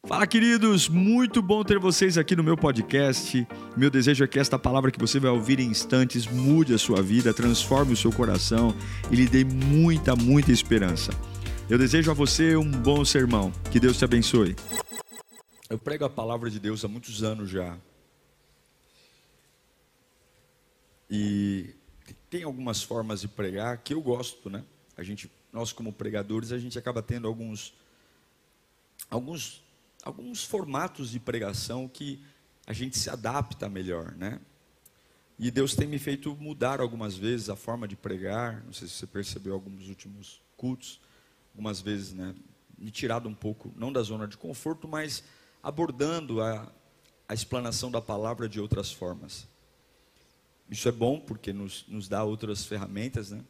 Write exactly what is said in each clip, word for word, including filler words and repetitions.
Fala, queridos, muito bom ter vocês aqui no meu podcast. Meu desejo é que esta palavra que você vai ouvir em instantes mude a sua vida, transforme o seu coração e lhe dê muita, muita esperança. Eu desejo a você um bom sermão. Que Deus te abençoe. Eu prego a palavra de Deus há muitos anos já. E tem algumas formas de pregar que eu gosto, né? A gente, nós como pregadores, a gente acaba tendo alguns alguns alguns formatos de pregação que a gente se adapta melhor, né? E Deus tem me feito mudar algumas vezes a forma de pregar. Não sei se você percebeu alguns últimos cultos, algumas vezes, né? Me tirado um pouco, não da zona de conforto, mas abordando a, a explanação da palavra de outras formas. Isso é bom porque nos, nos dá outras ferramentas, né?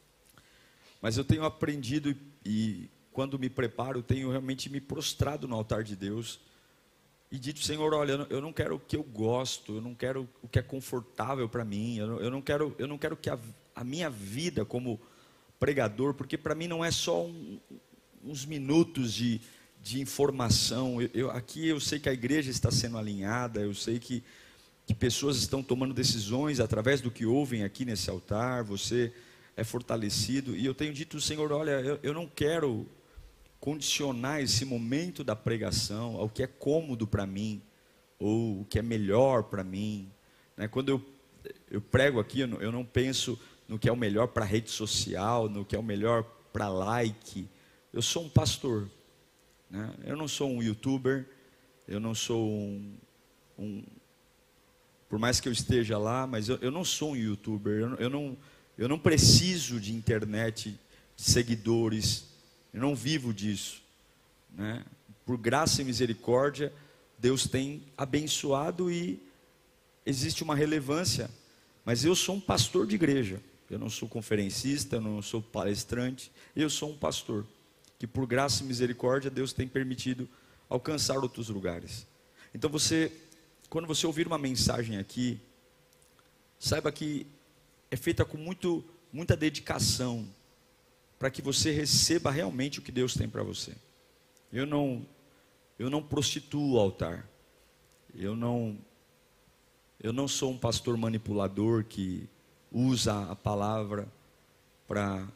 Mas eu tenho aprendido e, e quando me preparo, tenho realmente me prostrado no altar de Deus e dito: Senhor, olha, eu não quero o que eu gosto, eu não quero o que é confortável para mim, eu não, eu não quero, eu não quero que a, a minha vida como pregador, porque para mim não é só um, uns minutos de, de informação. Eu, eu, aqui eu sei que a igreja está sendo alinhada, eu sei que, que pessoas estão tomando decisões através do que ouvem aqui nesse altar, você é fortalecido, e eu tenho dito: Senhor, olha, eu, eu não quero condicionar esse momento da pregação ao que é cômodo para mim, ou o que é melhor para mim, né? Quando eu, eu prego aqui, eu não, eu não penso no que é o melhor para a rede social, no que é o melhor para like. Eu sou um pastor, né? Eu não sou um youtuber, eu não sou um, um por mais que eu esteja lá, mas eu, eu não sou um youtuber, eu, eu, não, eu não preciso de internet, de seguidores. Eu não vivo disso, né? Por graça e misericórdia, Deus tem abençoado e existe uma relevância. Mas eu sou um pastor de igreja. Eu não sou conferencista, eu não sou palestrante. Eu sou um pastor que, por graça e misericórdia, Deus tem permitido alcançar outros lugares. Então você, quando você ouvir uma mensagem aqui, saiba que é feita com muito, muita dedicação, para que você receba realmente o que Deus tem para você. Eu não, eu não prostituo o altar. Eu não, eu não sou um pastor manipulador que usa a palavra para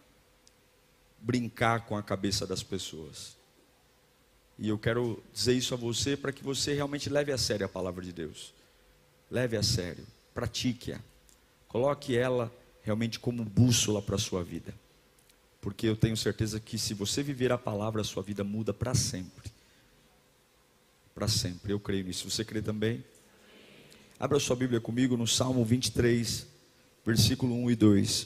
brincar com a cabeça das pessoas. E eu quero dizer isso a você para que você realmente leve a sério a palavra de Deus. Leve a sério, pratique-a. Coloque ela realmente como bússola para a sua vida. Porque eu tenho certeza que se você viver a palavra, a sua vida muda para sempre. Para sempre, eu creio nisso. Você crê também? Abra sua Bíblia comigo no Salmo vinte e três, versículo um e dois.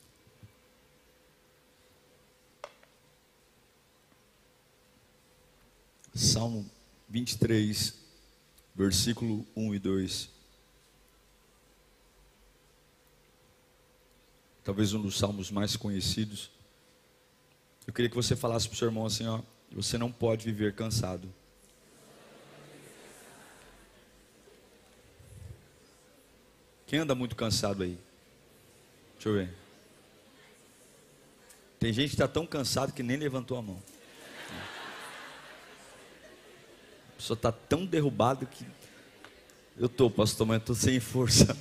Salmo vinte e três, versículo um e dois. Talvez um dos salmos mais conhecidos. Eu queria que você falasse para o seu irmão assim, ó: você não pode viver cansado. Quem anda muito cansado aí? Deixa eu ver. Tem gente que está tão cansado que nem levantou a mão. A pessoa está tão derrubado que... Eu estou, pastor, mas estou sem força.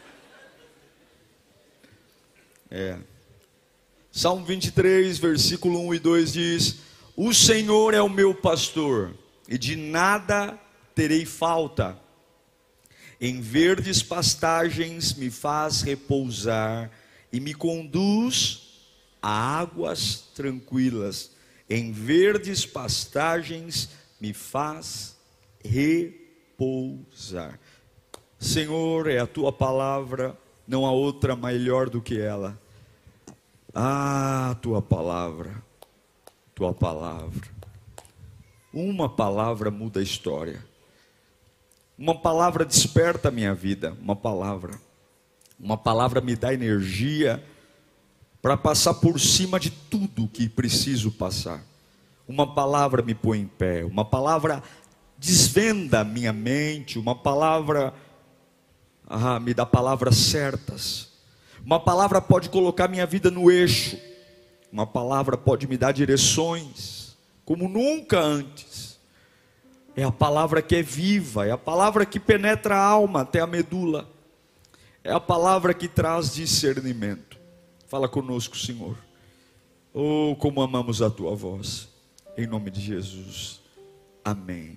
É... Salmo vinte e três, versículo um e dois diz: o Senhor é o meu pastor, e de nada terei falta. Em verdes pastagens me faz repousar, e me conduz a águas tranquilas. Em verdes pastagens me faz repousar. Senhor, é a tua palavra, não há outra melhor do que ela. Ah, tua palavra, tua palavra. Uma palavra muda a história. Uma palavra desperta a minha vida. Uma palavra. Uma palavra me dá energia para passar por cima de tudo que preciso passar. Uma palavra me põe em pé. Uma palavra desvenda a minha mente. Uma palavra ah, me dá palavras certas. Uma palavra pode colocar minha vida no eixo. Uma palavra pode me dar direções como nunca antes. É a palavra que é viva, é a palavra que penetra a alma até a medula. É a palavra que traz discernimento. Fala conosco, Senhor. Oh, como amamos a tua voz. Em nome de Jesus. Amém.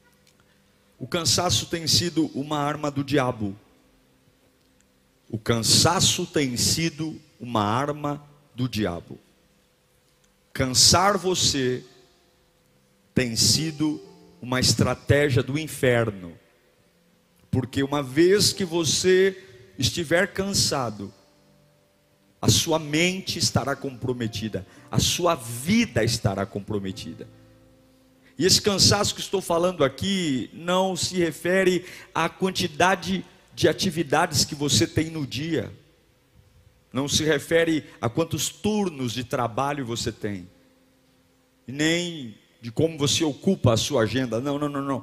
O cansaço tem sido uma arma do diabo. O cansaço tem sido uma arma do diabo. Cansar você tem sido uma estratégia do inferno. Porque uma vez que você estiver cansado, a sua mente estará comprometida, a sua vida estará comprometida. E esse cansaço que estou falando aqui não se refere à quantidade de atividades que você tem no dia, não se refere a quantos turnos de trabalho você tem, nem de como você ocupa a sua agenda. Não, não, não, não.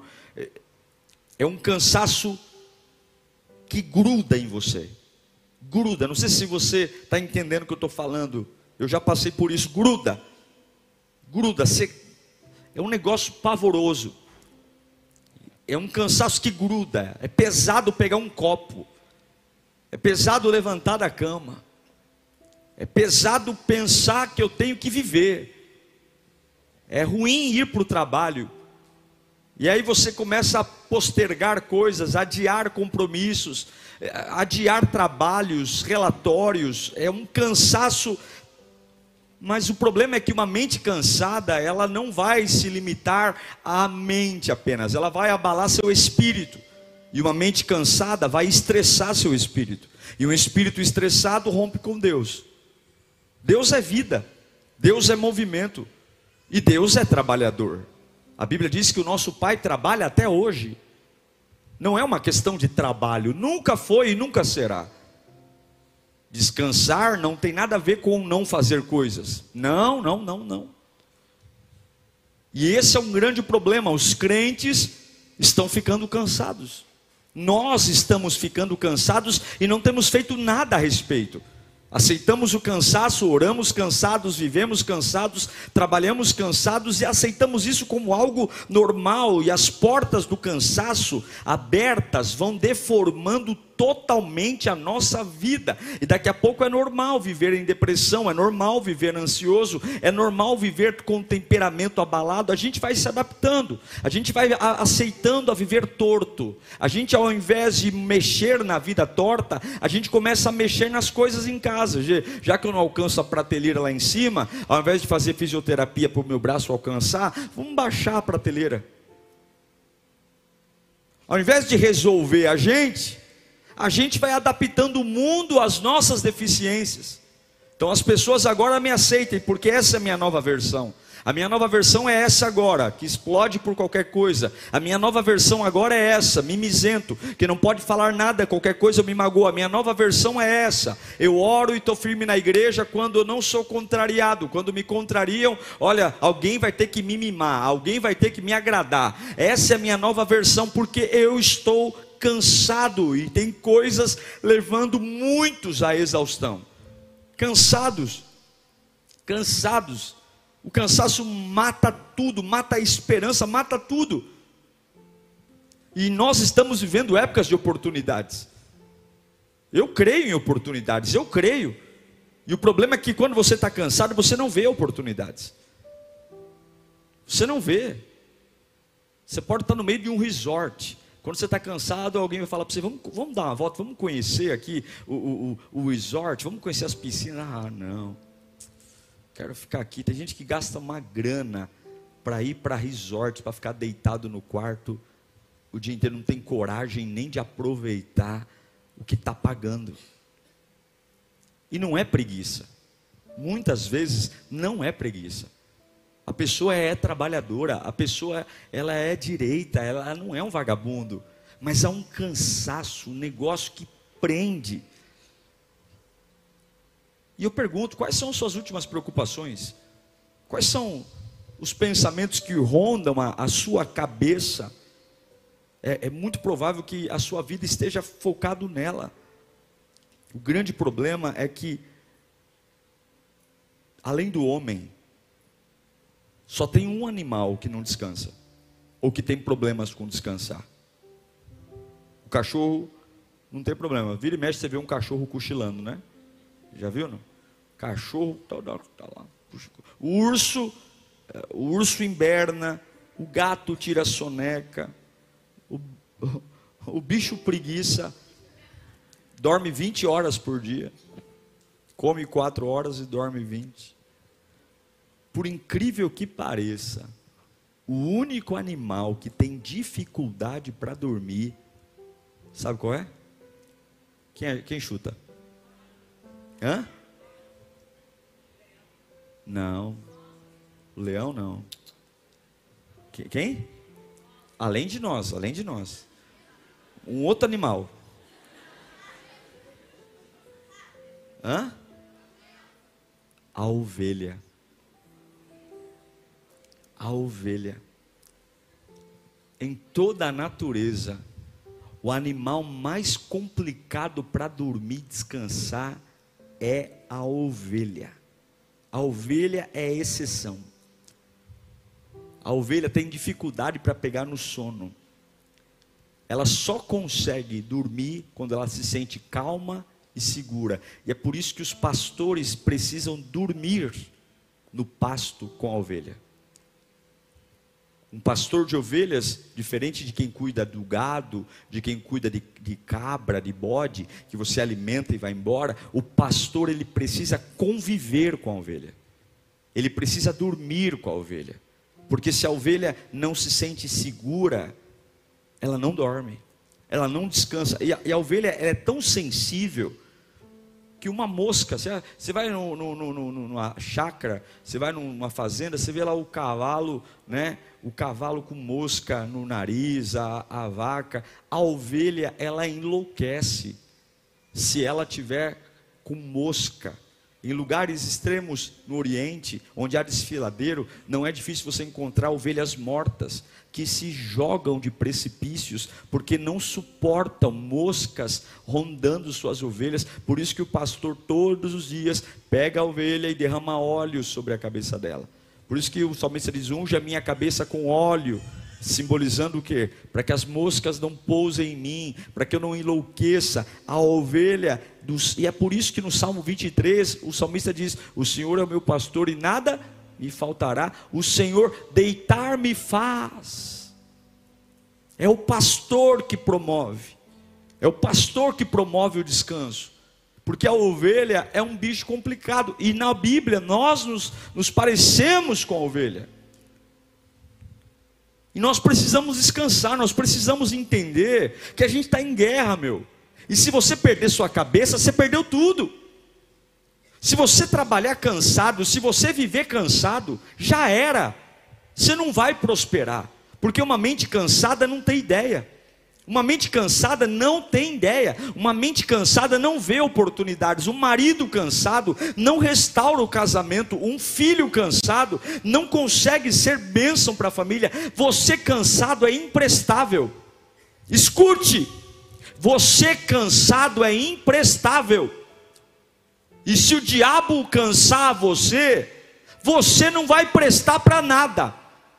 É um cansaço que gruda em você. Gruda, não sei se você está entendendo o que eu estou falando. Eu já passei por isso. Gruda, gruda. Você, é um negócio pavoroso. É um cansaço que gruda. É pesado pegar um copo. É pesado levantar da cama. É pesado pensar que eu tenho que viver. É ruim ir para o trabalho. E aí você começa a postergar coisas, adiar compromissos, adiar trabalhos, relatórios. É um cansaço. Mas o problema é que uma mente cansada, ela não vai se limitar à mente apenas, ela vai abalar seu espírito. E uma mente cansada vai estressar seu espírito. E um espírito estressado rompe com Deus. Deus é vida, Deus é movimento, e Deus é trabalhador. A Bíblia diz que o nosso Pai trabalha até hoje. Não é uma questão de trabalho, nunca foi e nunca será. Descansar não tem nada a ver com não fazer coisas. Não, não, não, não. E esse é um grande problema. Os crentes estão ficando cansados. Nós estamos ficando cansados e não temos feito nada a respeito. Aceitamos o cansaço, oramos cansados, vivemos cansados, trabalhamos cansados e aceitamos isso como algo normal. E as portas do cansaço abertas vão deformando totalmente a nossa vida. E daqui a pouco é normal viver em depressão, é normal viver ansioso, é normal viver com temperamento abalado. A gente vai se adaptando, a gente vai aceitando a viver torto. A gente, ao invés de mexer na vida torta, a gente começa a mexer nas coisas em casa. Já que eu não alcanço a prateleira lá em cima, ao invés de fazer fisioterapia para o meu braço alcançar, vamos baixar a prateleira. Ao invés de resolver a gente, a gente vai adaptando o mundo às nossas deficiências. Então as pessoas agora me aceitem, porque essa é a minha nova versão. A minha nova versão é essa agora, que explode por qualquer coisa. A minha nova versão agora é essa, mimizento, que não pode falar nada, qualquer coisa eu me magoo. A minha nova versão é essa. Eu oro e estou firme na igreja quando eu não sou contrariado. Quando me contrariam, olha, alguém vai ter que me mimar, alguém vai ter que me agradar. Essa é a minha nova versão, porque eu estou cansado e tem coisas levando muitos à exaustão. Cansados, cansados. O cansaço mata tudo, mata a esperança, mata tudo. E nós estamos vivendo épocas de oportunidades. Eu creio em oportunidades, eu creio. E o problema é que quando você está cansado, você não vê oportunidades. Você não vê. Você pode estar no meio de um resort. Quando você está cansado, alguém vai falar para você, vamos, vamos dar uma volta, vamos conhecer aqui o, o, o, o resort, vamos conhecer as piscinas. Ah, não. Quero ficar aqui. Tem gente que gasta uma grana para ir para resort, para ficar deitado no quarto o dia inteiro, não tem coragem nem de aproveitar o que está pagando. E não é preguiça. Muitas vezes não é preguiça. A pessoa é trabalhadora, a pessoa ela é direita, ela não é um vagabundo, mas há um cansaço, um negócio que prende. E eu pergunto, quais são suas últimas preocupações? Quais são os pensamentos que rondam a, a sua cabeça? É, é muito provável que a sua vida esteja focado nela. O grande problema é que, além do homem, só tem um animal que não descansa. ou que tem problemas com descansar? O cachorro não tem problema. Vira e mexe, você vê um cachorro cochilando, né? Já viu, não? Cachorro tá, tá lá. O urso, o urso inverna, o gato tira a soneca, o, o, o bicho preguiça, dorme vinte horas por dia, come quatro horas e dorme vinte. Por incrível que pareça, o único animal que tem dificuldade para dormir, sabe qual é? Quem, é? Quem chuta? Hã? Não. O leão não. Quem? Além de nós, além de nós. Um outro animal. Hã? A ovelha. A ovelha. Em toda a natureza, o animal mais complicado para dormir e descansar é a ovelha. A ovelha é a exceção. A ovelha tem dificuldade para pegar no sono. Ela só consegue dormir quando ela se sente calma e segura. E é por isso que os pastores precisam dormir no pasto com a ovelha. Um pastor de ovelhas, diferente de quem cuida do gado, de quem cuida de, de cabra, de bode, que você alimenta e vai embora, o pastor ele precisa conviver com a ovelha. Ele precisa dormir com a ovelha. Porque se a ovelha não se sente segura, ela não dorme, ela não descansa. E a, e a ovelha ela é tão sensível que uma mosca, você, você vai no, no, no, no, numa chácara, você vai numa fazenda, você vê lá o cavalo, né? O cavalo com mosca no nariz, a, a vaca. A ovelha, ela enlouquece se ela tiver com mosca. Em lugares extremos no Oriente, onde há desfiladeiro, não é difícil você encontrar ovelhas mortas que se jogam de precipícios porque não suportam moscas rondando suas ovelhas. Por isso que o pastor todos os dias pega a ovelha e derrama óleo sobre a cabeça dela. Por isso que o salmista diz: unge a minha cabeça com óleo, simbolizando o quê? Para que as moscas não pousem em mim, para que eu não enlouqueça. A ovelha, dos... e é por isso que no Salmo vinte e três, o salmista diz: o Senhor é o meu pastor e nada me faltará, o Senhor deitar-me faz. É o pastor que promove, é o pastor que promove o descanso, porque a ovelha é um bicho complicado, e na Bíblia nós nos, nos parecemos com a ovelha, e nós precisamos descansar, nós precisamos entender que a gente está em guerra, meu, e se você perder sua cabeça, você perdeu tudo. Se você trabalhar cansado, se você viver cansado, já era, você não vai prosperar, porque uma mente cansada não tem ideia, uma mente cansada não tem ideia, uma mente cansada não vê oportunidades, um marido cansado não restaura o casamento, um filho cansado não consegue ser bênção para a família. Você cansado é imprestável, escute, você cansado é imprestável. E se o diabo cansar você, você não vai prestar para nada.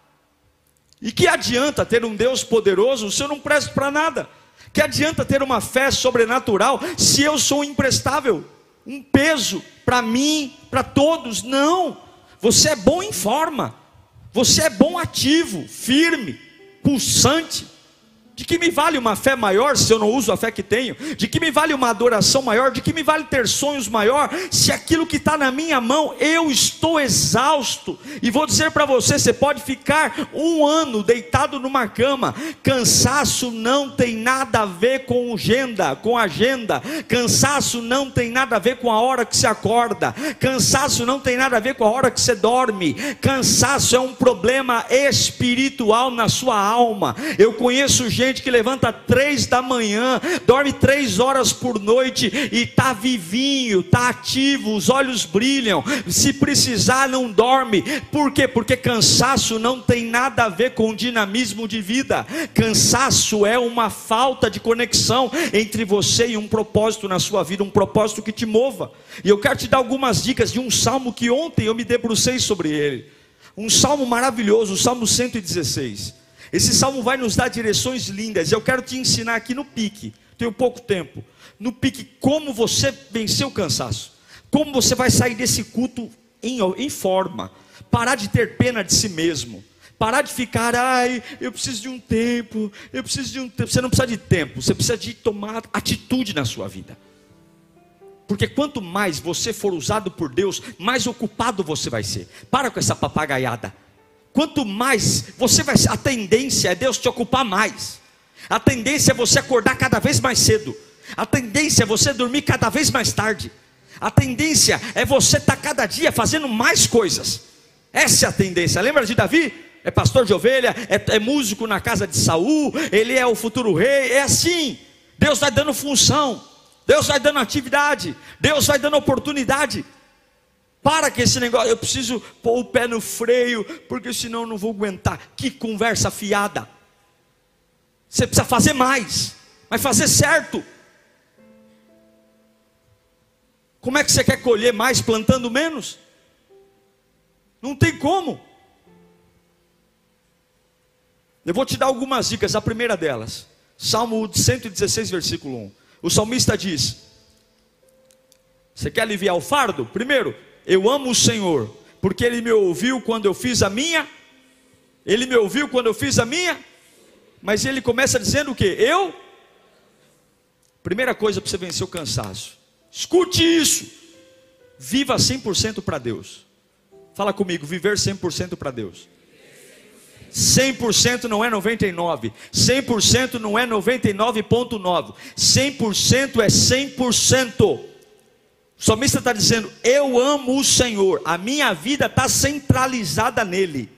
E que adianta ter um Deus poderoso se eu não presto para nada? Que adianta ter uma fé sobrenatural se eu sou imprestável? Um peso para mim, para todos? Não. Você é bom em forma. Você é bom ativo, firme, pulsante. De que me vale uma fé maior se eu não uso a fé que tenho? De que me vale uma adoração maior? De que me vale ter sonhos maior? Se aquilo que está na minha mão, eu estou exausto. E vou dizer para você, você pode ficar um ano deitado numa cama. Cansaço não tem nada a ver com agenda, com agenda. Cansaço não tem nada a ver com a hora que você acorda. Cansaço não tem nada a ver com a hora que você dorme. Cansaço é um problema espiritual na sua alma. Eu conheço gente que levanta três da manhã, dorme três horas por noite e está vivinho, está ativo, os olhos brilham, se precisar não dorme. Por quê? Porque cansaço não tem nada a ver com dinamismo de vida. Cansaço é uma falta de conexão entre você e um propósito na sua vida, um propósito que te mova. E eu quero te dar algumas dicas de um salmo que ontem eu me debrucei sobre ele, um salmo maravilhoso, o Salmo cento e dezesseis. Esse salmo vai nos dar direções lindas. Eu quero te ensinar aqui no pique, tenho pouco tempo, no pique, como você vencer o cansaço, como você vai sair desse culto em, em forma, parar de ter pena de si mesmo, parar de ficar, ai, eu preciso de um tempo, eu preciso de um tempo. Você não precisa de tempo, você precisa de tomar atitude na sua vida. Porque quanto mais você for usado por Deus, mais ocupado você vai ser. Para com essa papagaiada. Quanto mais você vai ser, a tendência é Deus te ocupar mais. A tendência é você acordar cada vez mais cedo. A tendência é você dormir cada vez mais tarde. A tendência é você estar cada dia fazendo mais coisas. Essa é a tendência. Lembra de Davi? É pastor de ovelha, é, é músico na casa de Saul, ele é o futuro rei. É assim. Deus vai dando função, Deus vai dando atividade, Deus vai dando oportunidade. Para que esse negócio, eu preciso pôr o pé no freio, porque senão eu não vou aguentar. Que conversa fiada. Você precisa fazer mais, mas fazer certo. Como é que você quer colher mais plantando menos? Não tem como. Eu vou te dar algumas dicas. A primeira delas, Salmo cento e dezesseis, versículo um. O salmista diz: você quer aliviar o fardo? Primeiro, eu amo o Senhor, porque Ele me ouviu quando eu fiz a minha. Ele me ouviu quando eu fiz a minha. Mas ele começa dizendo o quê? Eu. Primeira coisa para você vencer o cansaço, escute isso: viva cem por cento para Deus. Fala comigo, viver cem por cento para Deus. cem por cento não é noventa e nove, cem por cento não é noventa e nove vírgula nove, cem por cento é cem por cento. O salmista está dizendo: eu amo o Senhor, a minha vida está centralizada nele.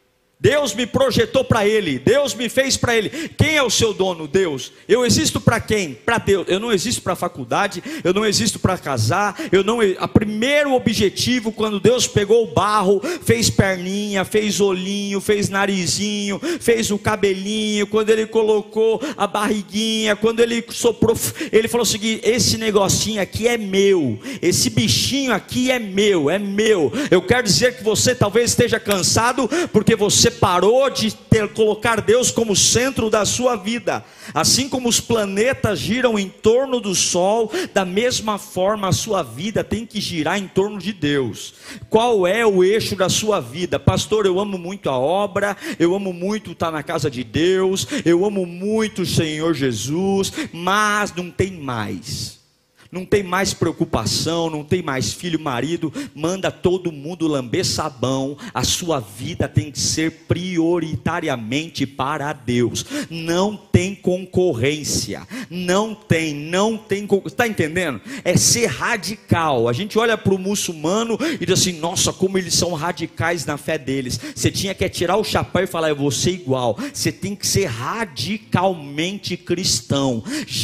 Deus me projetou para Ele, Deus me fez para Ele. Quem é o seu dono? Deus. Eu existo para quem? Para Deus. Eu não existo para a faculdade, eu não existo para casar, eu não. A primeiro objetivo, quando Deus pegou o barro, fez perninha, fez olhinho, fez narizinho, fez o cabelinho, quando Ele colocou a barriguinha, quando Ele soprou, Ele falou o seguinte: esse negocinho aqui é meu, esse bichinho aqui é meu, é meu. Eu quero dizer que você talvez esteja cansado, porque você parou de ter, colocar Deus como centro da sua vida. Assim como os planetas giram em torno do Sol, da mesma forma a sua vida tem que girar em torno de Deus. Qual é o eixo da sua vida? Pastor, eu amo muito a obra, eu amo muito estar na casa de Deus, eu amo muito o Senhor Jesus, mas não tem mais. Não tem mais preocupação, não tem mais filho, marido, manda todo mundo lamber sabão. A sua vida tem que ser prioritariamente para Deus. Não tem concorrência, não tem, não tem, está entendendo? É ser radical. A gente olha para o muçulmano e diz assim: nossa, como eles são radicais na fé deles. Você tinha que tirar o chapéu e falar: eu vou ser igual. Você tem que ser radicalmente cristão.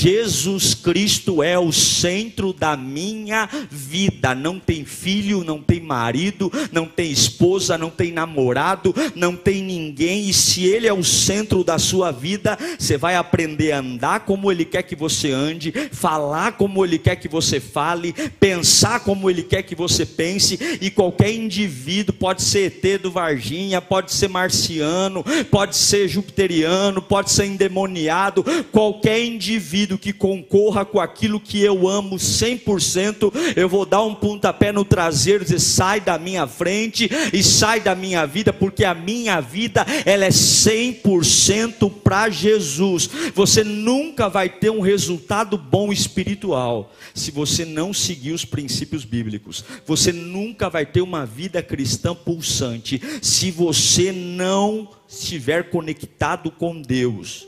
Jesus Cristo é o centro Dentro da minha vida. Não tem filho, não tem marido, não tem esposa, não tem namorado, não tem ninguém. E se Ele é o centro da sua vida, você vai aprender a andar como Ele quer que você ande, falar como Ele quer que você fale, pensar como Ele quer que você pense. E qualquer indivíduo, pode ser E T do Varginha, pode ser marciano, pode ser jupiteriano, pode ser endemoniado, qualquer indivíduo que concorra com aquilo que eu amo cem por cento, eu vou dar um pontapé no traseiro e dizer: sai da minha frente e sai da minha vida, porque a minha vida ela é cem por cento para Jesus. Você nunca vai ter um resultado bom espiritual se você não seguir os princípios bíblicos. Você nunca vai ter uma vida cristã pulsante se você não estiver conectado com Deus.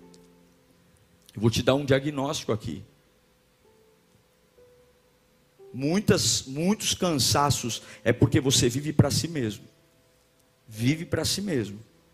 Eu vou te dar um diagnóstico aqui. Muitas, muitos cansaços é porque você vive para si mesmo. Vive para si mesmo.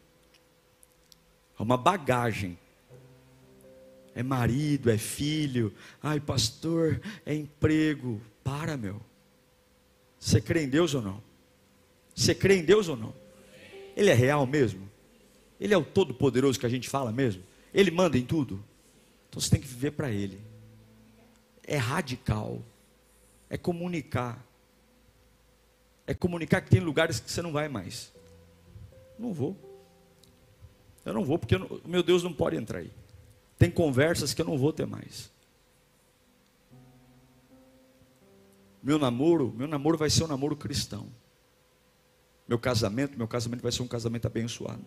É uma bagagem. É marido, é filho. Ai, pastor, é emprego. Para, meu. Você crê em Deus ou não? Você crê em Deus ou não? Ele é real mesmo? Ele é o todo-poderoso que a gente fala mesmo? Ele manda em tudo? Então você tem que viver para Ele. É radical. É comunicar. É comunicar que tem lugares que você não vai mais. Não vou. Eu não vou, porque o meu Deus não pode entrar aí. Tem conversas que eu não vou ter mais. Meu namoro, meu namoro vai ser um namoro cristão. Meu casamento, meu casamento vai ser um casamento abençoado.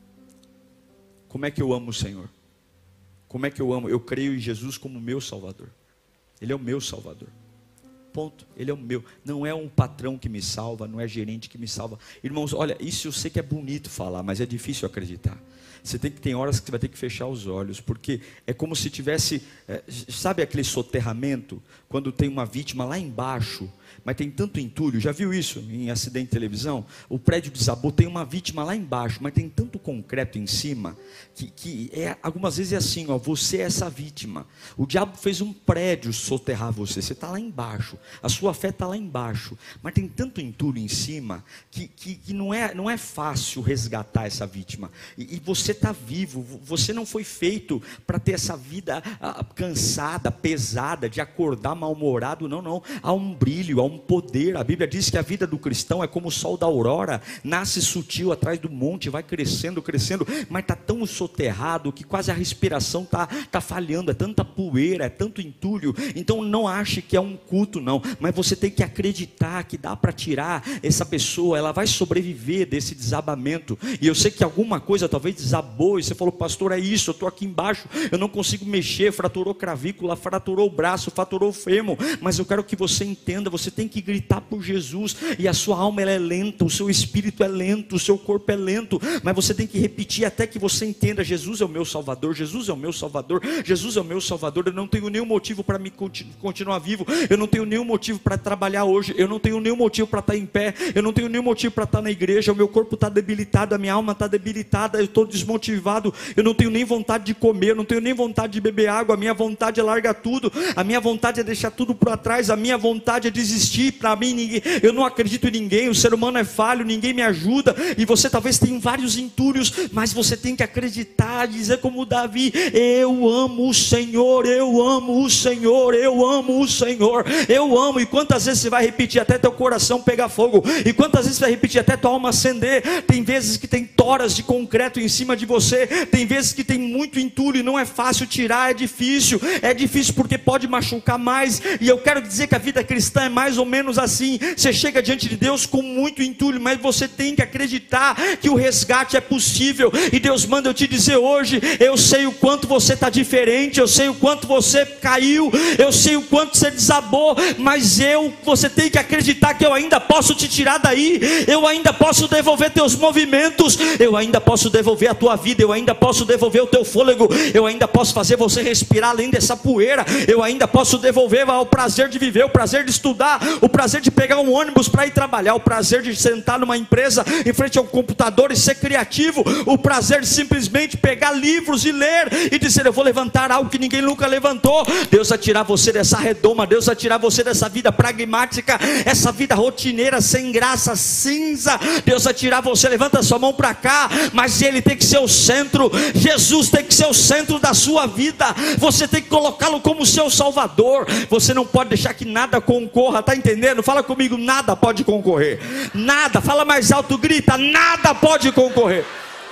Como é que eu amo o Senhor? Como é que eu amo? Eu creio em Jesus como meu Salvador. Ele é o meu Salvador. Ponto. Ele é o meu. Não é um patrão que me salva, não é gerente que me salva. Irmãos, olha, isso eu sei que é bonito falar, mas é difícil acreditar. Você tem que tem horas que você vai ter que fechar os olhos, porque é como se tivesse, é, sabe aquele soterramento, quando tem uma vítima lá embaixo, mas tem tanto entulho. Já viu isso em acidente de televisão? O prédio desabou, tem uma vítima lá embaixo, mas tem tanto concreto em cima, que, que é, algumas vezes é assim, ó, você é essa vítima. O diabo fez um prédio soterrar você, você está lá embaixo, a sua fé está lá embaixo, mas tem tanto entulho em cima, que, que, que não, é, não é fácil resgatar essa vítima. E, e você está vivo, você não foi feito para ter essa vida ah, cansada, pesada, de acordar mal-humorado, não, não. Há um brilho, há um poder. A Bíblia diz que a vida do cristão é como o sol da aurora, nasce sutil atrás do monte, vai crescendo, crescendo, mas está tão soterrado que quase a respiração está tá falhando, é tanta poeira, é tanto entulho. Então não ache que é um culto, não, mas você tem que acreditar que dá para tirar essa pessoa, ela vai sobreviver desse desabamento. E eu sei que alguma coisa talvez desabou, e você falou, pastor, é isso, eu estou aqui embaixo, eu não consigo mexer, fraturou cravícula, fraturou o braço, fraturou o fêmur, mas eu quero que você entenda, você tem que gritar por Jesus, e a sua alma ela é lenta, o seu espírito é lento, o seu corpo é lento, mas você tem que repetir até que você entenda, Jesus é o meu Salvador, Jesus é o meu Salvador, Jesus é o meu Salvador, eu não tenho nenhum motivo para me continu- continuar vivo, eu não tenho nenhum motivo para trabalhar hoje, eu não tenho nenhum motivo para estar em pé, eu não tenho nenhum motivo para estar na igreja, o meu corpo está debilitado, a minha alma está debilitada, eu estou desmotivado, eu não tenho nem vontade de comer, eu não tenho nem vontade de beber água, a minha vontade é largar tudo, a minha vontade é deixar tudo para trás, a minha vontade é desistir. Para mim, ninguém, eu não acredito em ninguém, o ser humano é falho, ninguém me ajuda, e você talvez tenha vários entulhos, mas você tem que acreditar, dizer como Davi, eu amo o Senhor, eu amo o Senhor, eu amo o Senhor, eu amo. E quantas vezes você vai repetir até teu coração pegar fogo, e quantas vezes você vai repetir até tua alma acender? Tem vezes que tem toras de concreto em cima de você, tem vezes que tem muito entulho, e não é fácil tirar, é difícil, é difícil porque pode machucar mais, e eu quero dizer que a vida cristã é mais ou menos assim, você chega diante de Deus com muito entulho, mas você tem que acreditar que o resgate é possível, e Deus manda eu te dizer hoje, eu sei o quanto você está diferente, eu sei o quanto você caiu, eu sei o quanto você desabou, mas eu, você tem que acreditar que eu ainda posso te tirar daí, eu ainda posso devolver teus movimentos, eu ainda posso devolver a tua vida, eu ainda posso devolver o teu fôlego, eu ainda posso fazer você respirar além dessa poeira, eu ainda posso devolver o prazer de viver, o prazer de estudar, o prazer de pegar um ônibus para ir trabalhar, o prazer de sentar numa empresa em frente ao computador e ser criativo, o prazer de simplesmente pegar livros e ler e dizer, eu vou levantar algo que ninguém nunca levantou. Deus vai tirar você dessa redoma, Deus vai tirar você dessa vida pragmática, essa vida rotineira, sem graça, cinza. Deus vai tirar você, levanta sua mão para cá, mas Ele tem que ser o centro, Jesus tem que ser o centro da sua vida, você tem que colocá-lo como seu Salvador, você não pode deixar que nada concorra, está entendendo? Fala comigo, nada pode concorrer, nada, fala mais alto, grita, nada pode concorrer,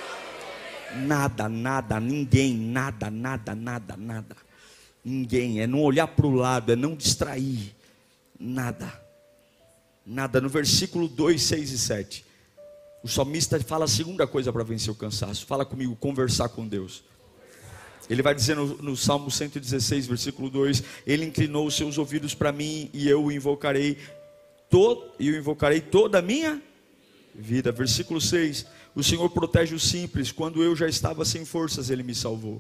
nada, nada, ninguém, nada, nada, nada, nada, ninguém, é não olhar para o lado, é não distrair, nada, nada. No versículo dois, seis e sete, o salmista fala a segunda coisa para vencer o cansaço, fala comigo, conversar com Deus. Ele vai dizer no, no Salmo cento e dezesseis, versículo dois, Ele inclinou os seus ouvidos para mim, e eu o invocarei, todo, e eu invocarei toda a minha vida. Versículo seis, o Senhor protege os simples, quando eu já estava sem forças, Ele me salvou.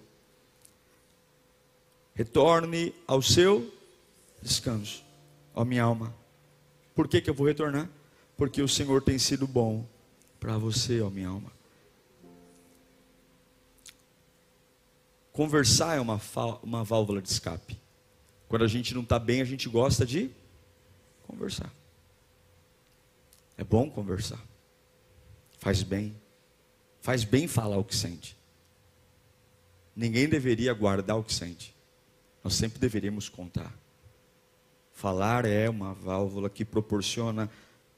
Retorne ao seu descanso, ó minha alma. Por que que eu vou retornar? Porque o Senhor tem sido bom para você, ó minha alma. Conversar é uma, uma válvula de escape. Quando a gente não está bem, a gente gosta de conversar. É bom conversar. Faz bem. Faz bem falar o que sente. Ninguém deveria guardar o que sente. Nós sempre deveríamos contar. Falar é uma válvula que proporciona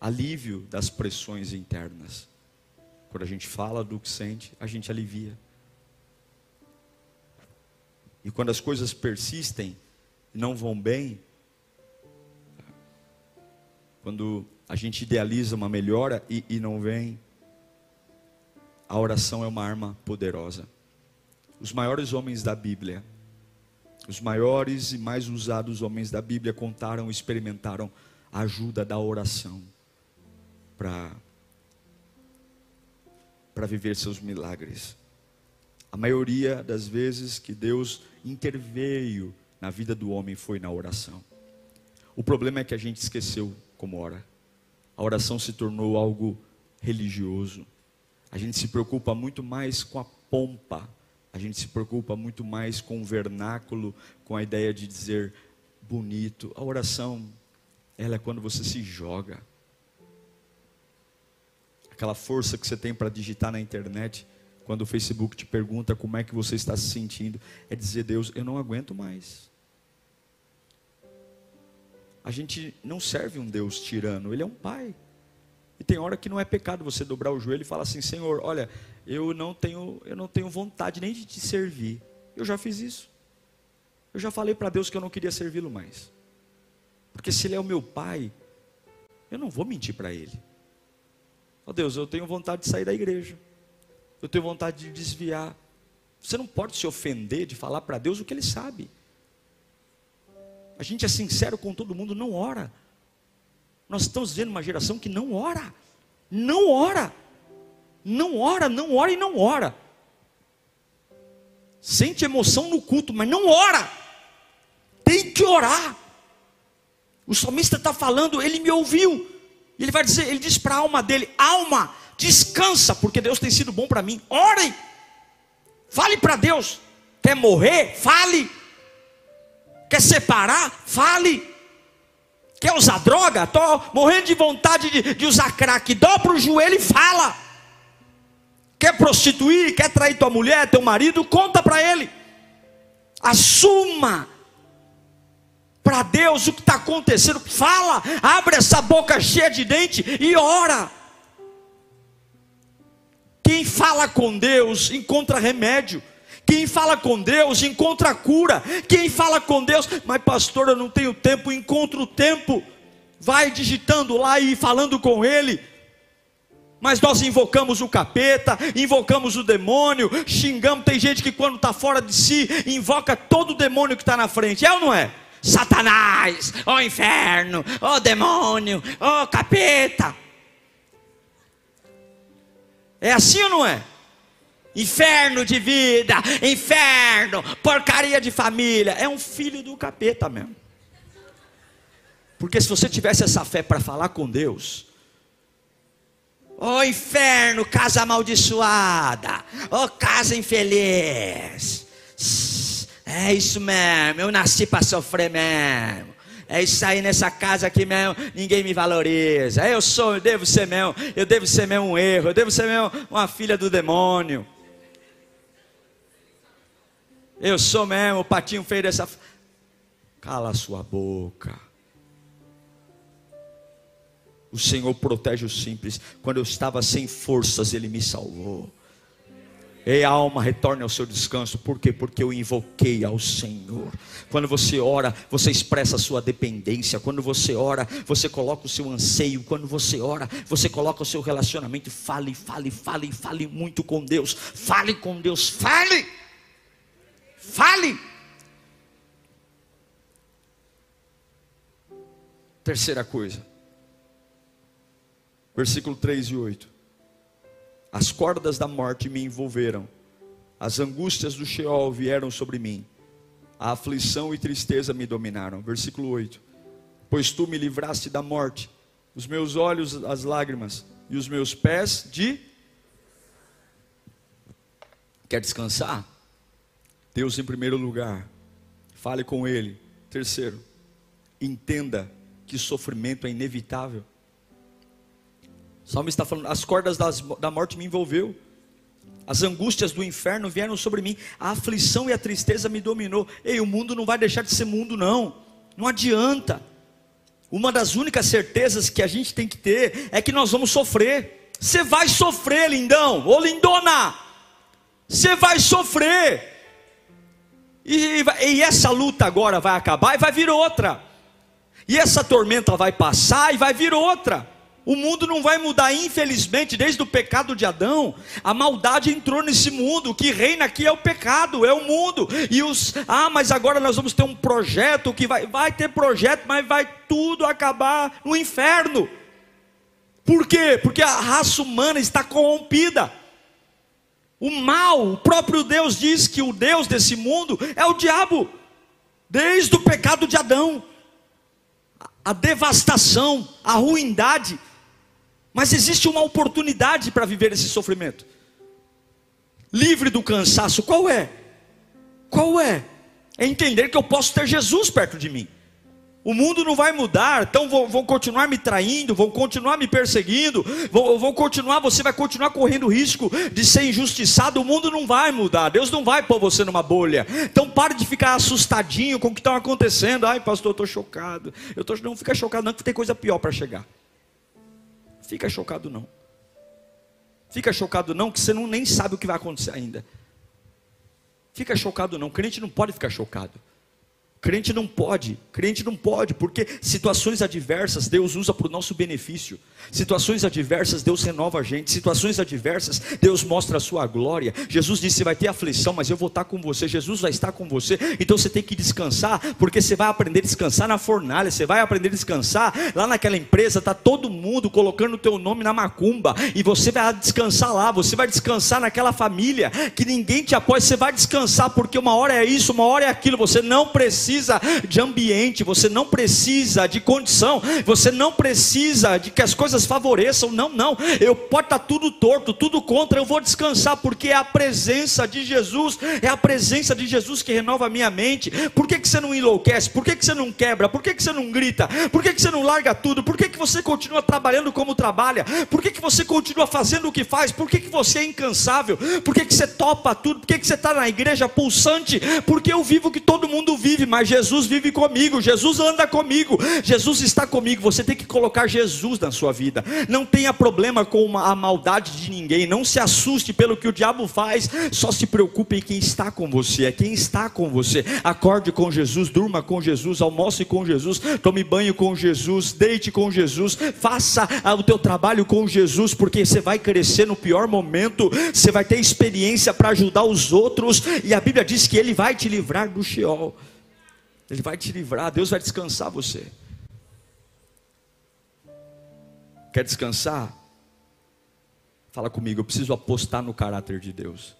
alívio das pressões internas. Quando a gente fala do que sente, a gente alivia. E quando as coisas persistem e não vão bem, quando a gente idealiza uma melhora e, e não vem, a oração é uma arma poderosa. Os maiores homens da Bíblia, os maiores e mais usados homens da Bíblia contaram, experimentaram a ajuda da oração para para viver seus milagres. A maioria das vezes que Deus interveio na vida do homem foi na oração. O problema é que a gente esqueceu como ora. A oração se tornou algo religioso. A gente se preocupa muito mais com a pompa. A gente se preocupa muito mais com o vernáculo, com a ideia de dizer bonito. A oração, ela é quando você se joga. Aquela força que você tem para digitar na internet, quando o Facebook te pergunta como é que você está se sentindo, é dizer: Deus, eu não aguento mais. A gente não serve um Deus tirano, Ele é um Pai. E tem hora que não é pecado você dobrar o joelho e falar assim: Senhor, olha, eu não tenho, eu não tenho vontade nem de te servir. Eu já fiz isso. Eu já falei para Deus que eu não queria servi-lo mais. Porque se Ele é o meu Pai, eu não vou mentir para Ele. Ó Deus, eu tenho vontade de sair da igreja. Eu tenho vontade de desviar. Você não pode se ofender de falar para Deus o que Ele sabe. A gente é sincero com todo mundo, não ora. Nós estamos vivendo uma geração que não ora. Não ora. Não ora, não ora e não ora. Sente emoção no culto, mas não ora. Tem que orar. O salmista está falando, ele me ouviu. E ele vai dizer, ele diz para a alma dele: alma, descansa, porque Deus tem sido bom para mim. Orem. Fale para Deus. Quer morrer? Fale. Quer separar? Fale. Quer usar droga? Estou morrendo de vontade de, de usar crack. Dobra o joelho e fala. Quer prostituir? Quer trair tua mulher, teu marido? Conta para ele. Assuma para Deus o que está acontecendo. Fala, abre essa boca cheia de dente e ora. Quem fala com Deus encontra remédio. Quem fala com Deus encontra cura. Quem fala com Deus, mas pastor, eu não tenho tempo. Encontra o tempo. Vai digitando lá e falando com Ele. Mas nós invocamos o capeta, invocamos o demônio, xingamos. Tem gente que quando está fora de si, invoca todo o demônio que está na frente. É ou não é? Satanás, ó inferno, ó demônio, ó capeta. É assim ou não é? Inferno de vida, inferno, porcaria de família. É um filho do capeta mesmo. Porque se você tivesse essa fé para falar com Deus: ó inferno, casa amaldiçoada, ó casa infeliz, é isso mesmo, eu nasci para sofrer mesmo. É isso aí, nessa casa aqui mesmo, ninguém me valoriza. Eu sou, eu devo ser mesmo, eu devo ser mesmo um erro, eu devo ser mesmo uma filha do demônio. Eu sou mesmo o patinho feio dessa. Cala a sua boca. O Senhor protege os simples. Quando eu estava sem forças, Ele me salvou. Ei, alma, retorne ao seu descanso. Por quê? Porque eu invoquei ao Senhor. Quando você ora, você expressa a sua dependência. Quando você ora, você coloca o seu anseio. Quando você ora, você coloca o seu relacionamento. Fale, fale, fale, fale muito com Deus. Fale com Deus, fale. Fale. Terceira coisa. Versículo três e oito. As cordas da morte me envolveram, as angústias do Sheol vieram sobre mim, a aflição e tristeza me dominaram. Versículo oito. Pois tu me livraste da morte, os meus olhos as lágrimas, e os meus pés de... Quer descansar? Deus em primeiro lugar, fale com Ele. Terceiro, entenda que sofrimento é inevitável. O salmista está falando, as cordas das, da morte me envolveu, as angústias do inferno vieram sobre mim, a aflição e a tristeza me dominou. Ei, o mundo não vai deixar de ser mundo não, não adianta. Uma das únicas certezas que a gente tem que ter é que nós vamos sofrer. Você vai sofrer, lindão, ou lindona, você vai sofrer. E, e essa luta agora vai acabar e vai vir outra. E essa tormenta vai passar e vai vir outra. O mundo não vai mudar, infelizmente. Desde o pecado de Adão, a maldade entrou nesse mundo. O que reina aqui é o pecado, é o mundo. E os, ah, mas agora nós vamos ter um projeto que vai, vai ter projeto, mas vai tudo acabar no inferno. Por quê? Porque a raça humana está corrompida. O mal, o próprio Deus diz que o Deus desse mundo é o diabo. Desde o pecado de Adão, a devastação, a ruindade. Mas existe uma oportunidade para viver esse sofrimento. Livre do cansaço, qual é? Qual é? É entender que eu posso ter Jesus perto de mim. O mundo não vai mudar, então vão, vão continuar me traindo, vão continuar me perseguindo, vão, vão continuar, você vai continuar correndo risco de ser injustiçado. O mundo não vai mudar, Deus não vai pôr você numa bolha. Então pare de ficar assustadinho com o que está acontecendo. Ai pastor, eu estou chocado. Eu tô, não fica chocado não, que tem coisa pior para chegar. Fica chocado não. Fica chocado não, que você não, nem sabe o que vai acontecer ainda. Fica chocado não, crente não pode ficar chocado. Crente não pode, crente não pode, porque situações adversas Deus usa para o nosso benefício. Situações adversas Deus renova a gente. Situações adversas Deus mostra a sua glória. Jesus disse, vai ter aflição, mas eu vou estar com você. Jesus vai estar com você, então você tem que descansar, porque você vai aprender a descansar na fornalha. Você vai aprender a descansar lá naquela empresa, está todo mundo colocando o teu nome na macumba, e você vai descansar lá. Você vai descansar naquela família que ninguém te apoia. Você vai descansar, porque uma hora é isso, uma hora é aquilo. Você não precisa de ambiente, você não precisa de condição, você não precisa de que as coisas favoreçam. Não, não, eu pode estar tudo torto, tudo contra, eu vou descansar, porque é a presença de Jesus, é a presença de Jesus que renova a minha mente. Por que, que você não enlouquece? Por que, que você não quebra? Por que, que você não grita? Por que, que você não larga tudo? Por que, que você continua trabalhando como trabalha? Por que, que você continua fazendo o que faz? Por que, que você é incansável? Por que, que você topa tudo? Por que, que você está na igreja pulsante? Porque eu vivo o que todo mundo vive, mas Jesus vive comigo, Jesus anda comigo, Jesus está comigo. Você tem que colocar Jesus na sua vida. Não tenha problema com uma, a maldade de ninguém. Não se assuste pelo que o diabo faz. Só se preocupe em quem está com você. É quem está com você. Acorde com Jesus, durma com Jesus, almoce com Jesus, tome banho com Jesus, deite com Jesus, faça o teu trabalho com Jesus, porque você vai crescer no pior momento. Você vai ter experiência para ajudar os outros, e a Bíblia diz que Ele vai te livrar do Sheol. Ele vai te livrar, Deus vai descansar você. Quer descansar? Fala comigo, eu preciso apostar no caráter de Deus.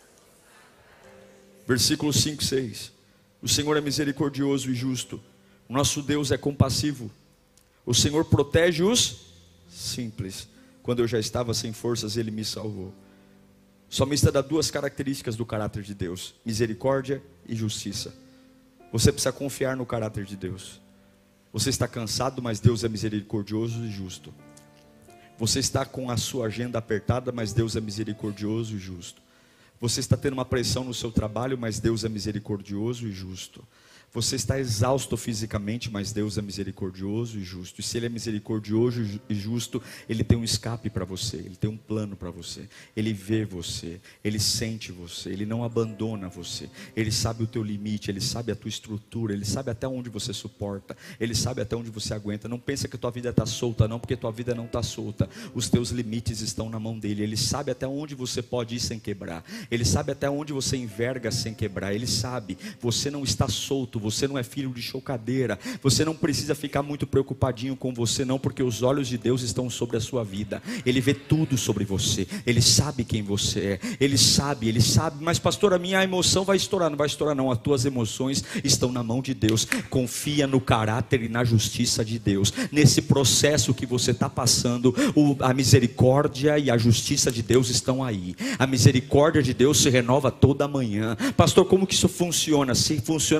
Versículo cinco, seis. O Senhor é misericordioso e justo. O nosso Deus é compassivo. O Senhor protege os simples. Quando eu já estava sem forças, Ele me salvou. O salmista dá duas características do caráter de Deus: misericórdia e justiça. Você precisa confiar no caráter de Deus. Você está cansado, mas Deus é misericordioso e justo. Você está com a sua agenda apertada, mas Deus é misericordioso e justo. Você está tendo uma pressão no seu trabalho, mas Deus é misericordioso e justo. Você está exausto fisicamente, mas Deus é misericordioso e justo. E se Ele é misericordioso e justo, Ele tem um escape para você, Ele tem um plano para você. Ele vê você, Ele sente você, Ele não abandona você. Ele sabe o teu limite, Ele sabe a tua estrutura, Ele sabe até onde você suporta, Ele sabe até onde você aguenta. Não pensa que a tua vida está solta não, porque a tua vida não está solta. Os teus limites estão na mão dEle. Ele sabe até onde você pode ir sem quebrar. Ele sabe até onde você enverga sem quebrar. Ele sabe, você não está solto. Você não é filho de chocadeira. Você não precisa ficar muito preocupadinho com você não, porque os olhos de Deus estão sobre a sua vida. Ele vê tudo sobre você. Ele sabe quem você é. Ele sabe, Ele sabe. Mas pastor, a minha emoção vai estourar. Não vai estourar não. As tuas emoções estão na mão de Deus. Confia no caráter e na justiça de Deus. Nesse processo que você está passando, o, a misericórdia e a justiça de Deus estão aí. A misericórdia de Deus se renova toda manhã. Pastor, como que isso funciona? Se funciona da seguinte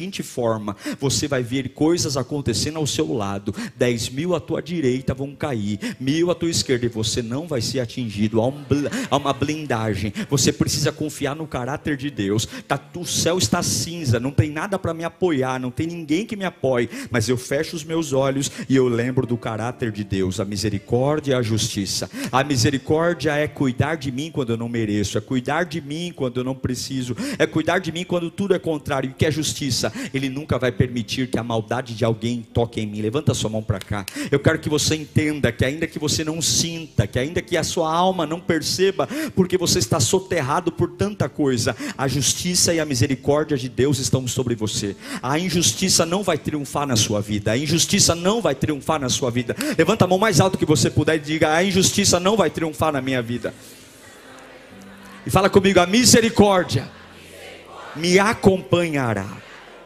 seguinte forma: você vai ver coisas acontecendo ao seu lado, dez mil à tua direita vão cair, mil à tua esquerda, e você não vai ser atingido. Há, um, há uma blindagem. Você precisa confiar no caráter de Deus. Tá, o céu está cinza, não tem nada para me apoiar, não tem ninguém que me apoie, mas eu fecho os meus olhos e eu lembro do caráter de Deus, a misericórdia e a justiça. A misericórdia é cuidar de mim quando eu não mereço, é cuidar de mim quando eu não preciso, é cuidar de mim quando tudo é contrário. E que é justiça? Ele nunca vai permitir que a maldade de alguém toque em mim. Levanta a sua mão para cá. Eu quero que você entenda que ainda que você não sinta, que ainda que a sua alma não perceba, porque você está soterrado por tanta coisa, a justiça e a misericórdia de Deus estão sobre você. A injustiça não vai triunfar na sua vida. A injustiça não vai triunfar na sua vida. Levanta a mão mais alto que você puder e diga: a injustiça não vai triunfar na minha vida. E fala comigo: a misericórdia me acompanhará.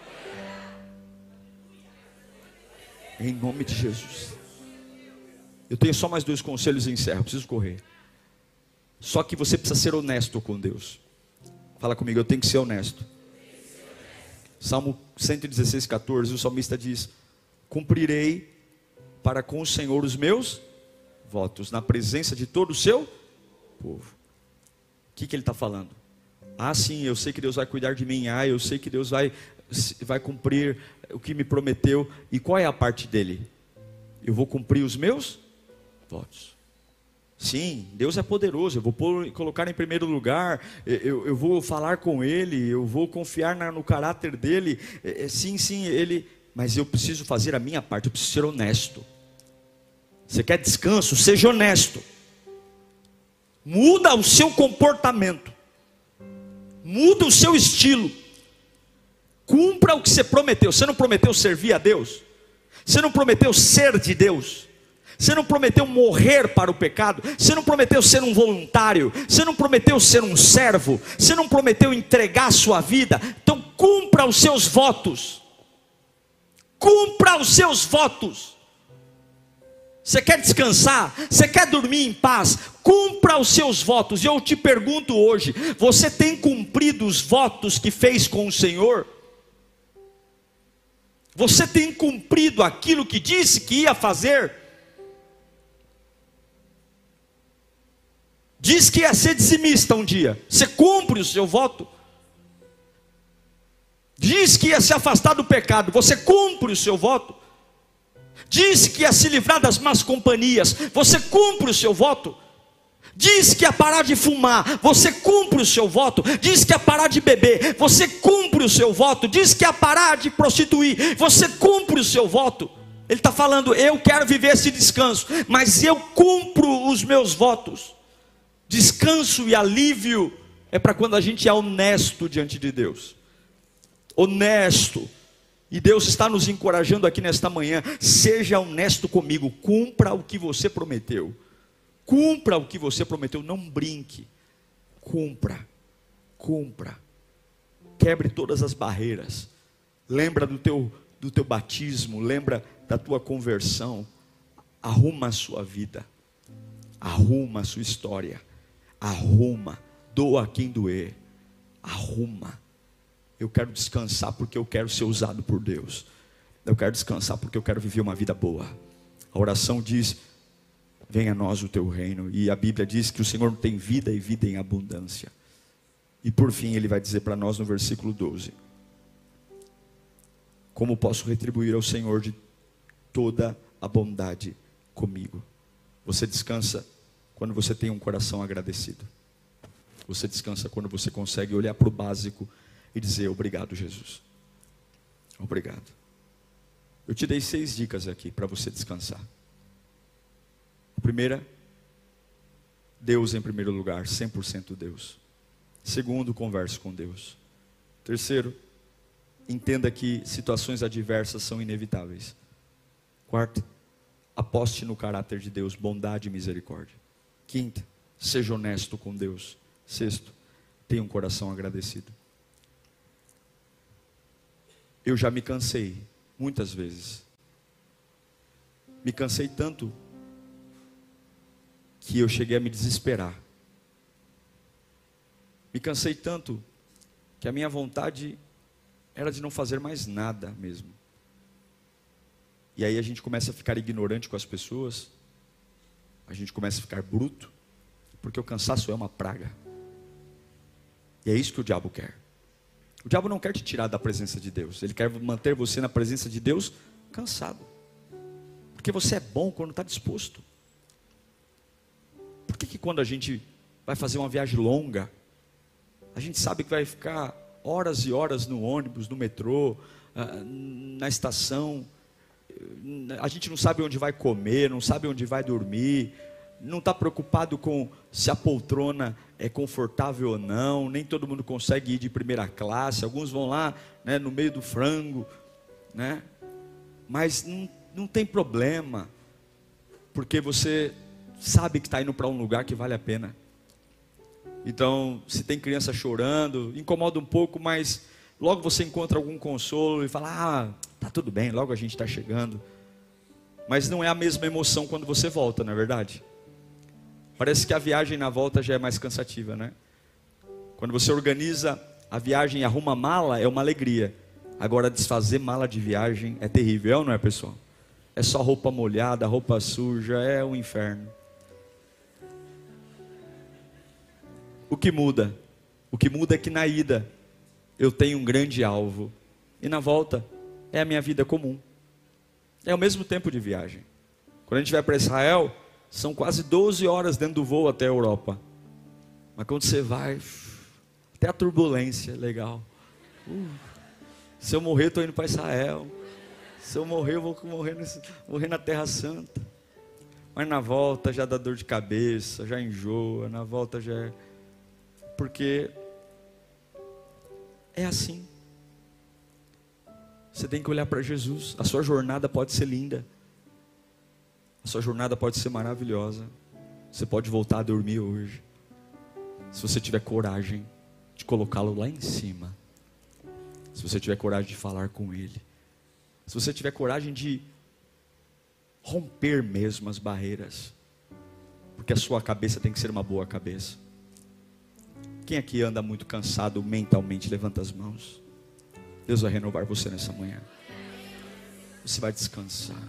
Em nome de Jesus. Eu tenho só mais dois conselhos e encerro, preciso correr. Só que você precisa ser honesto com Deus. Fala comigo: eu tenho que ser honesto. Salmo cento e dezesseis, quatorze, o salmista diz: cumprirei para com o Senhor os meus votos, na presença de todo o seu povo. O que, que ele está falando? Ah, sim, eu sei que Deus vai cuidar de mim. Ah, eu sei que Deus vai, vai cumprir o que me prometeu. E qual é a parte dele? Eu vou cumprir os meus votos. Sim, Deus é poderoso. Eu vou pôr, colocar em primeiro lugar. Eu, eu vou falar com Ele. Eu vou confiar na, no caráter dele. É, sim, sim, Ele. Mas eu preciso fazer a minha parte. Eu preciso ser honesto. Você quer descanso? Seja honesto. Muda o seu comportamento. Muda o seu estilo. Cumpra o que você prometeu. Você não prometeu servir a Deus? Você não prometeu ser de Deus? Você não prometeu morrer para o pecado? Você não prometeu ser um voluntário? Você não prometeu ser um servo? Você não prometeu entregar a sua vida? Então cumpra os seus votos. Cumpra os seus votos. Você quer descansar? Você quer dormir em paz? Cumpra os seus votos. E eu te pergunto hoje: você tem cumprido os votos que fez com o Senhor? Você tem cumprido aquilo que disse que ia fazer? Diz que ia ser dizimista um dia. Você cumpre o seu voto? Diz que ia se afastar do pecado. Você cumpre o seu voto? Disse que ia se livrar das más companhias. Você cumpre o seu voto? Diz que ia parar de fumar. Você cumpre o seu voto? Diz que ia parar de beber. Você cumpre o seu voto? Diz que ia parar de prostituir. Você cumpre o seu voto? Ele está falando: eu quero viver esse descanso, mas eu cumpro os meus votos. Descanso e alívio é para quando a gente é honesto diante de Deus. Honesto. E Deus está nos encorajando aqui nesta manhã: seja honesto comigo, cumpra o que você prometeu. Cumpra o que você prometeu, não brinque. Cumpra, cumpra. Quebre todas as barreiras. Lembra do teu, do teu batismo, lembra da tua conversão. Arruma a sua vida, arruma a sua história, arruma, doa a quem doer, arruma. Eu quero descansar porque eu quero ser usado por Deus. Eu quero descansar porque eu quero viver uma vida boa. A oração diz: venha a nós o teu reino. E a Bíblia diz que o Senhor tem vida e vida em abundância. E por fim Ele vai dizer para nós no versículo doze: como posso retribuir ao Senhor de toda a bondade comigo? Você descansa quando você tem um coração agradecido. Você descansa quando você consegue olhar para o básico e dizer: obrigado, Jesus. Obrigado. Eu te dei seis dicas aqui para você descansar. A primeira: Deus em primeiro lugar, cem por cento Deus. Segundo, converse com Deus. Terceiro, entenda que situações adversas são inevitáveis. Quarto, aposte no caráter de Deus, bondade e misericórdia. Quinto, seja honesto com Deus. Sexto, tenha um coração agradecido. Eu já me cansei, muitas vezes. Me cansei tanto que eu cheguei a me desesperar. Me cansei tanto que a minha vontade era de não fazer mais nada mesmo. E aí a gente começa a ficar ignorante com as pessoas, a gente começa a ficar bruto, porque o cansaço é uma praga. E é isso que o diabo quer. O diabo não quer te tirar da presença de Deus, ele quer manter você na presença de Deus cansado. Porque você é bom quando está disposto. Por que que quando a gente vai fazer uma viagem longa, a gente sabe que vai ficar horas e horas no ônibus, no metrô, na estação, a gente não sabe onde vai comer, não sabe onde vai dormir, não está preocupado com se a poltrona é confortável ou não, nem todo mundo consegue ir de primeira classe, alguns vão lá, né, no meio do frango, né? Mas não, não tem problema, porque você sabe que está indo para um lugar que vale a pena. Então, se tem criança chorando, incomoda um pouco, mas logo você encontra algum consolo e fala, ah, tá tudo bem, logo a gente está chegando. Mas não é a mesma emoção quando você volta, não é verdade? Parece que a viagem na volta já é mais cansativa, né? Quando você organiza a viagem e arruma a mala, é uma alegria. Agora, desfazer mala de viagem é terrível, é ou não é, pessoal? É só roupa molhada, roupa suja, é um inferno. O que muda? O que muda é que na ida eu tenho um grande alvo, e na volta é a minha vida comum. É o mesmo tempo de viagem. Quando a gente vai para Israel, são quase doze horas dentro do voo até a Europa. Mas quando você vai, até a turbulência, legal. Uh, se eu morrer, estou indo para Israel. Se eu morrer, eu vou morrer, nesse, morrer na Terra Santa. Mas na volta já dá dor de cabeça, já enjoa, na volta já é... Porque é assim. Você tem que olhar para Jesus. A sua jornada pode ser linda, a sua jornada pode ser maravilhosa. Você pode voltar a dormir hoje, se você tiver coragem de colocá-lo lá em cima, se você tiver coragem de falar com Ele, se você tiver coragem de romper mesmo as barreiras, porque a sua cabeça tem que ser uma boa cabeça. Quem aqui anda muito cansado mentalmente, levanta as mãos. Deus vai renovar você nessa manhã. Você vai descansar,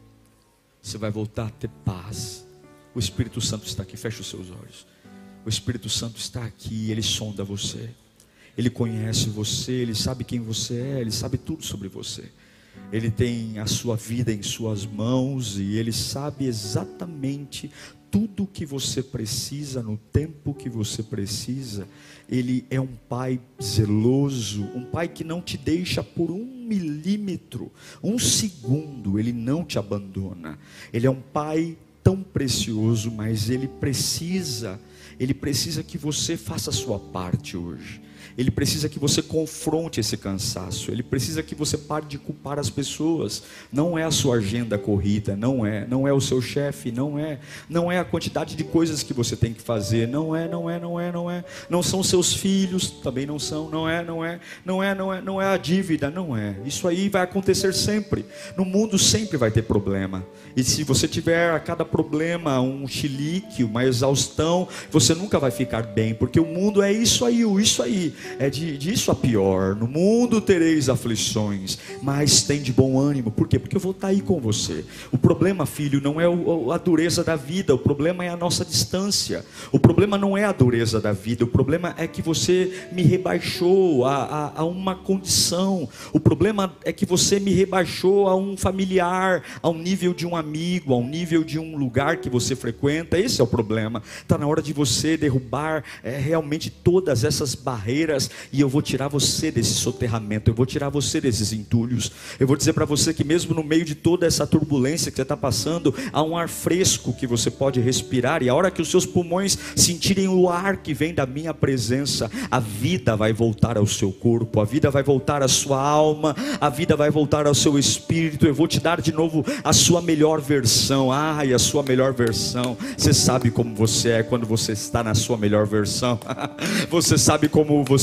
você vai voltar a ter paz. O Espírito Santo está aqui, fecha os seus olhos. O Espírito Santo está aqui, Ele sonda você, Ele conhece você, Ele sabe quem você é, Ele sabe tudo sobre você. Ele tem a sua vida em suas mãos e Ele sabe exatamente tudo o que você precisa no tempo que você precisa. Ele é um pai zeloso, um pai que não te deixa por um milímetro, um segundo. Ele não te abandona. Ele é um pai tão precioso, mas Ele precisa, Ele precisa que você faça a sua parte hoje. Ele precisa que você confronte esse cansaço. Ele precisa que você pare de culpar as pessoas. Não é a sua agenda corrida, não é, não é o seu chefe, não é, não é a quantidade de coisas que você tem que fazer, não é, não é, não é, não é, não são seus filhos, também não são, não é, não é, não é, não é, não é a dívida, não é. Isso aí vai acontecer sempre. No mundo sempre vai ter problema. E se você tiver a cada problema um chilique, uma exaustão, você nunca vai ficar bem, porque o mundo é isso aí, o isso aí. É de, de isso a pior. No mundo tereis aflições, mas tem de bom ânimo. Por quê? Porque eu vou estar aí com você. O problema, filho, não é o, a dureza da vida. O problema é a nossa distância. O problema não é a dureza da vida. O problema é que você me rebaixou a, a, a uma condição. O problema é que você me rebaixou a um familiar, a um nível de um amigo, a um nível de um lugar que você frequenta. Esse é o problema. Está na hora de você derrubar é, realmente todas essas barreiras, e eu vou tirar você desse soterramento, eu vou tirar você desses entulhos. Eu vou dizer para você que mesmo no meio de toda essa turbulência que você está passando, há um ar fresco que você pode respirar, e a hora que os seus pulmões sentirem o ar que vem da minha presença, a vida vai voltar ao seu corpo, a vida vai voltar à sua alma, a vida vai voltar ao seu espírito. Eu vou te dar de novo a sua melhor versão. Ai, a sua melhor versão. Você sabe como você é quando você está na sua melhor versão. Você sabe como você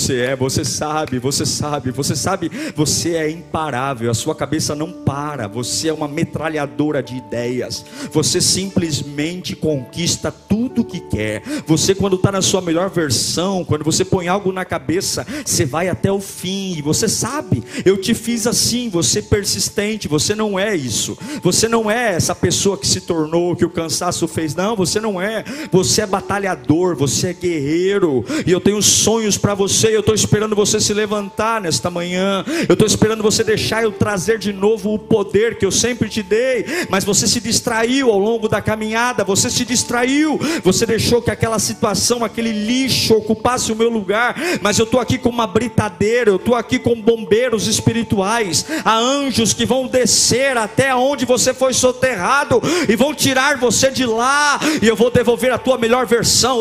você é, você sabe, você sabe, você sabe, você é imparável, a sua cabeça não para, você é uma metralhadora de ideias, você simplesmente conquista tudo que quer. Você, quando está na sua melhor versão, quando você põe algo na cabeça, você vai até o fim, e você sabe, eu te fiz assim, você é persistente, você não é isso, você não é essa pessoa que se tornou, que o cansaço fez, não, você não é, você é batalhador, você é guerreiro, e eu tenho sonhos para você, eu estou esperando você se levantar nesta manhã, eu estou esperando você deixar eu trazer de novo o poder que eu sempre te dei, mas você se distraiu ao longo da caminhada, você se distraiu, você deixou que aquela situação, aquele lixo ocupasse o meu lugar, mas eu estou aqui com uma britadeira, eu estou aqui com bombeiros espirituais, há anjos que vão descer até onde você foi soterrado, e vão tirar você de lá, e eu vou devolver a tua melhor versão,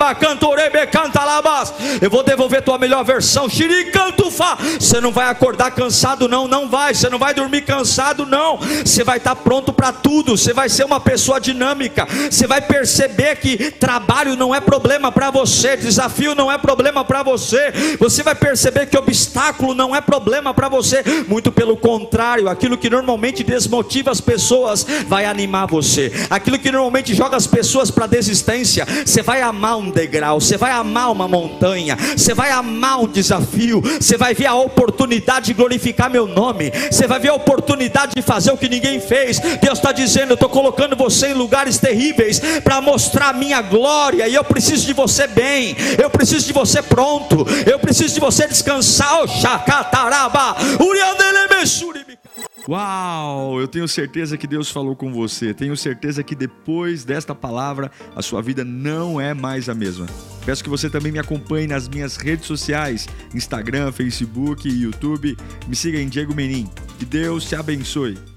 eu vou devolver a tua melhor versão, você não vai acordar cansado não, não vai, você não vai dormir cansado não, você vai estar pronto para tudo, você vai ser uma pessoa dinâmica, você vai perceber que trabalho não é problema para você, desafio não é problema para você, você vai perceber que obstáculo não é problema para você, muito pelo contrário, aquilo que normalmente desmotiva as pessoas, vai animar você, aquilo que normalmente joga as pessoas para desistência, você vai amar um degrau, você vai amar uma montanha, você vai amar um desafio, você vai ver a oportunidade de glorificar meu nome, você vai ver a oportunidade de fazer o que ninguém fez. Deus está dizendo, eu estou colocando você em lugares terríveis, para mostrar a minha glória, e eu preciso de você bem, eu preciso de você pronto, eu preciso de você descansar. Uau, eu tenho certeza que Deus falou com você, tenho certeza que depois desta palavra, a sua vida não é mais a mesma. Peço que você também me acompanhe nas minhas redes sociais, Instagram, Facebook e YouTube, me siga em Diego Menin, que Deus te abençoe.